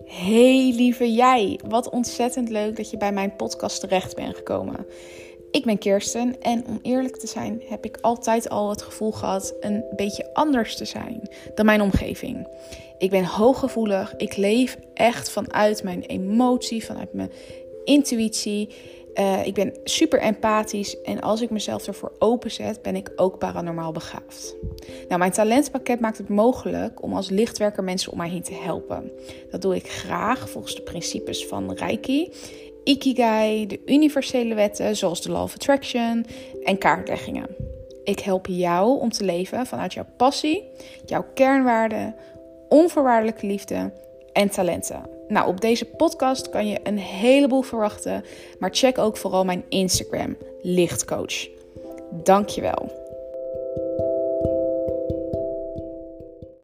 Hey lieve jij, wat ontzettend leuk dat je bij mijn podcast terecht bent gekomen. Ik ben Kirsten en om eerlijk te zijn heb ik altijd al het gevoel gehad een beetje anders te zijn dan mijn omgeving. Ik ben hooggevoelig, ik leef echt vanuit mijn emotie, vanuit mijn intuïtie. Ik ben super empathisch en als ik mezelf ervoor openzet, ben ik ook paranormaal begaafd. Nou, mijn talentpakket maakt het mogelijk om als lichtwerker mensen om mij heen te helpen. Dat doe ik graag volgens de principes van Reiki, Ikigai, de universele wetten zoals de Law of Attraction en kaartleggingen. Ik help jou om te leven vanuit jouw passie, jouw kernwaarden, onvoorwaardelijke liefde en talenten. Nou, op deze podcast kan je een heleboel verwachten, maar check ook vooral mijn Instagram, Lichtcoach. Dankjewel.